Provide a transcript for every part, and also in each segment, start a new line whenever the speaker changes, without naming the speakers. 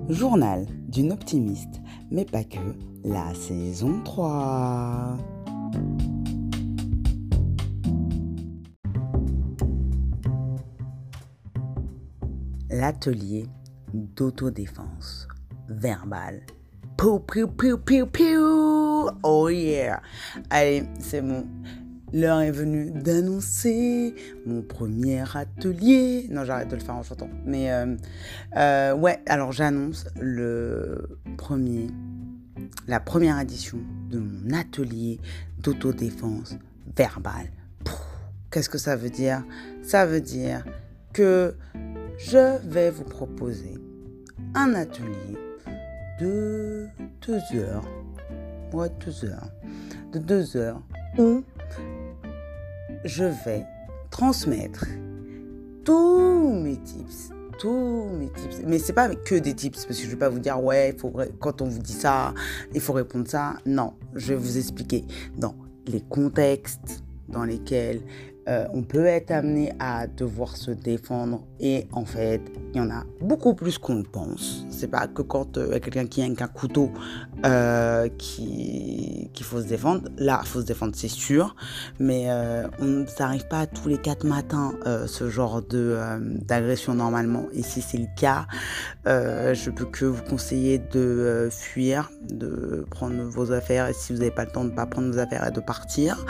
Journal d'une optimiste, mais pas que, la saison 3. L'atelier d'autodéfense verbale. Pou, pou, pou, pou, pou. Oh yeah! Allez, c'est bon. L'heure est venue d'annoncer mon premier atelier. Non, j'arrête de le faire en chantant. Mais ouais, alors j'annonce la première édition de mon atelier d'autodéfense verbale. Qu'est-ce que ça veut dire? Ça veut dire que je vais vous proposer un atelier de 2 heures. Ouais, 2 heures. De 2 heures où je vais transmettre tous mes tips. Mais c'est pas que des tips, parce que je vais pas vous dire, ouais, quand on vous dit ça, il faut répondre ça. Non, je vais vous expliquer dans les contextes dans lesquels on peut être amené à devoir se défendre. Et en fait, il y en a beaucoup plus qu'on le pense. C'est pas que quand il y a quelqu'un qui a un couteau qu'il faut se défendre. Là, il faut se défendre, c'est sûr. Mais ça n'arrive pas tous les 4 matins, ce genre d'agression normalement. Et si c'est le cas, je peux que vous conseiller de fuir, de prendre vos affaires. Et si vous n'avez pas le temps de ne pas prendre vos affaires et de partir.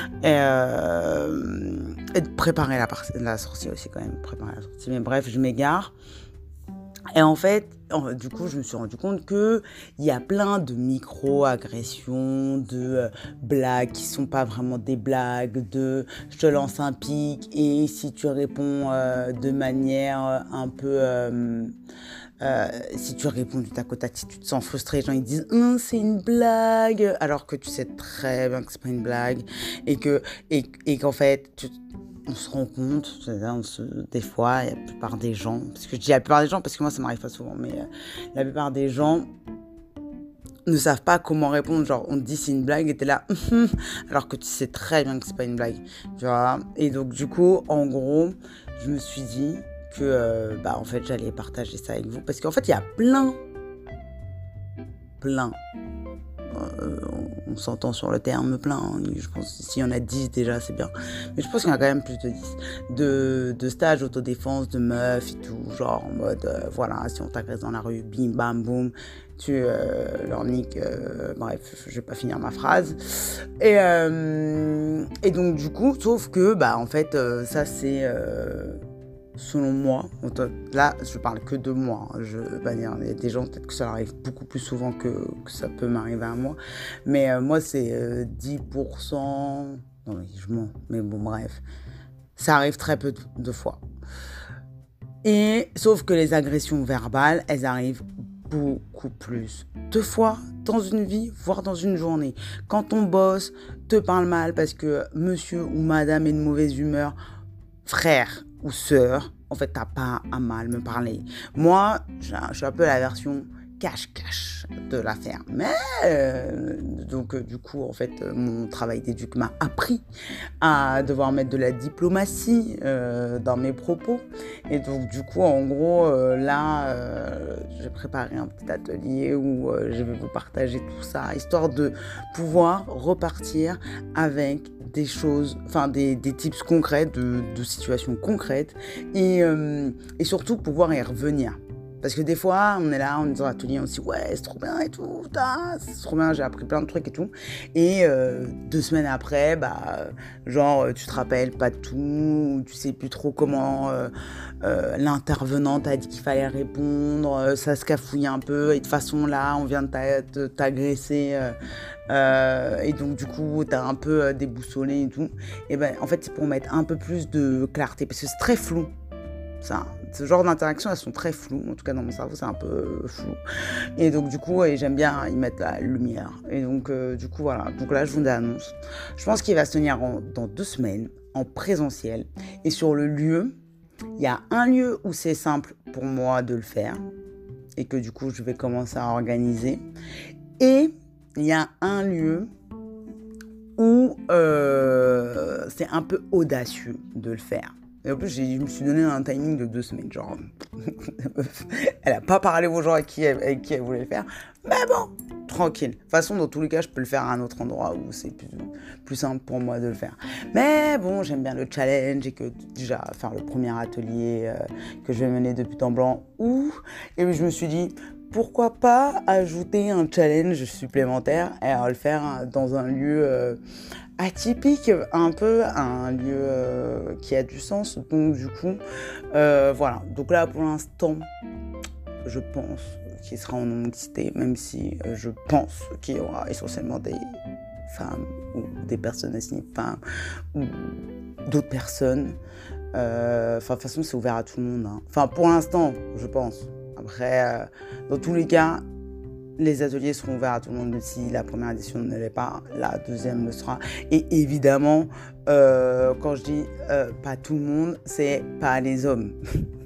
Et de préparer la sortie aussi quand même. Préparer la sortie. Mais bref, je m'égare. Et en fait, du coup, je me suis rendu compte qu'il y a plein de micro-agressions, de blagues qui sont pas vraiment des blagues, de je te lance un pic et si tu réponds de manière un peu... si tu réponds du tac au tac, si tu te sens frustré, les gens ils disent c'est une blague, alors que tu sais très bien que c'est pas une blague et qu'en fait on se rend compte, des fois, la plupart des gens, parce que je dis la plupart des gens parce que moi ça m'arrive pas souvent, mais la plupart des gens ne savent pas comment répondre, genre on te dit c'est une blague et t'es là alors que tu sais très bien que c'est pas une blague, tu vois. Et donc du coup en gros je me suis dit que en fait j'allais partager ça avec vous parce qu'en fait il y a plein on s'entend sur le terme plein, hein. Je pense que s'il y en a 10 déjà c'est bien, mais je pense qu'il y en a quand même plus de 10 de stages d'autodéfense de meufs et tout, genre en mode voilà, si on t'agresse dans la rue, bim bam boum, tu leur niques, bref, je vais pas finir ma phrase. Et donc du coup, sauf que en fait ça c'est selon moi, là je parle que de moi, je veux pas dire, il y a des gens peut-être que ça arrive beaucoup plus souvent que ça peut m'arriver à moi, mais moi c'est 10%, non mais je mens, mais bon bref, ça arrive très peu de fois. Et sauf que les agressions verbales, elles arrivent beaucoup plus de fois dans une vie, voire dans une journée. Quand ton boss te parle mal parce que monsieur ou madame est de mauvaise humeur, frère ou sœur, en fait, t'as pas à mal me parler. Moi, je suis un peu la version cache-cache de l'affaire. Mais, donc, du coup, en fait, mon travail d'éduc m'a appris à devoir mettre de la diplomatie dans mes propos. Et donc, du coup, en gros, là, j'ai préparé un petit atelier où je vais vous partager tout ça, histoire de pouvoir repartir avec des choses, enfin des tips concrets, de situations concrètes et surtout pouvoir y revenir. Parce que des fois, on est là, on est dans l'atelier, on se dit ouais, c'est trop bien et tout, c'est trop bien, j'ai appris plein de trucs et tout. Et 2 semaines après, genre, tu te rappelles pas de tout, tu sais plus trop comment l'intervenant t'a dit qu'il fallait répondre, ça se cafouille un peu, et de toute façon là, on vient de t'agresser. Et donc du coup t'as un peu déboussolé et tout, et en fait c'est pour mettre un peu plus de clarté parce que c'est très flou ça, ce genre d'interactions elles sont très floues, en tout cas dans mon cerveau c'est un peu flou, et donc du coup j'aime bien y mettre la lumière, et donc du coup voilà, donc là je vous annonce, je pense qu'il va se tenir dans 2 semaines en présentiel, et sur le lieu, il y a un lieu où c'est simple pour moi de le faire et que du coup je vais commencer à organiser, et il y a un lieu où c'est un peu audacieux de le faire. Et en plus, je me suis donné un timing de 2 semaines. Genre, elle a pas parlé aux gens avec qui elle voulait le faire. Mais bon, tranquille. De toute façon, dans tous les cas, je peux le faire à un autre endroit où c'est plus simple pour moi de le faire. Mais bon, j'aime bien le challenge et que déjà faire le premier atelier que je vais mener depuis temps blanc. Et puis je me suis dit, pourquoi pas ajouter un challenge supplémentaire et le faire dans un lieu atypique, un peu, un lieu qui a du sens. Donc du coup, voilà. Donc là, pour l'instant, je pense qu'il sera en non-mixité, même si je pense qu'il y aura essentiellement des femmes ou des personnes assignées femmes ou d'autres personnes. De toute façon, c'est ouvert à tout le monde. Hein. Enfin, pour l'instant, je pense. Après, dans tous les cas, les ateliers seront ouverts à tout le monde. Si la première édition ne l'est pas, la deuxième le sera. Et évidemment, quand je dis pas tout le monde, c'est pas les hommes.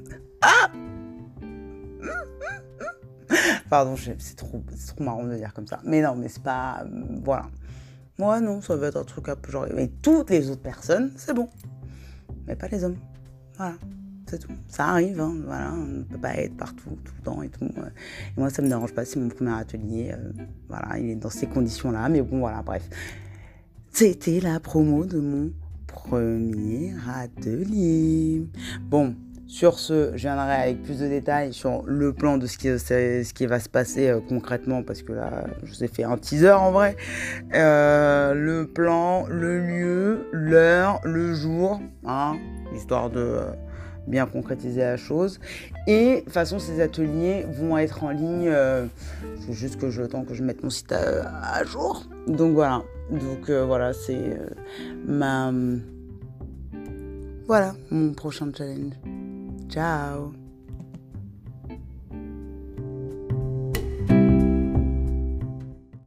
Pardon, c'est trop marrant de dire comme ça. Mais non, mais c'est pas... voilà. Moi, non, ça va être un truc un peu genre... Mais toutes les autres personnes, c'est bon. Mais pas les hommes. Voilà, c'est tout. Ça arrive, hein, voilà. On ne peut pas être partout, tout le temps et tout. Et moi, ça me dérange pas, c'est mon premier atelier. Voilà, il est dans ces conditions-là. Mais bon, voilà, bref. C'était la promo de mon premier atelier. Bon... Sur ce, je viendrai avec plus de détails sur le plan de ce qui va se passer concrètement, parce que là, je vous ai fait un teaser en vrai. Le plan, le lieu, l'heure, le jour, hein, histoire de bien concrétiser la chose. Et de toute façon, ces ateliers vont être en ligne. C'est juste que le temps que je mette mon site à jour. Donc voilà. Donc voilà, c'est voilà mon prochain challenge. Ciao!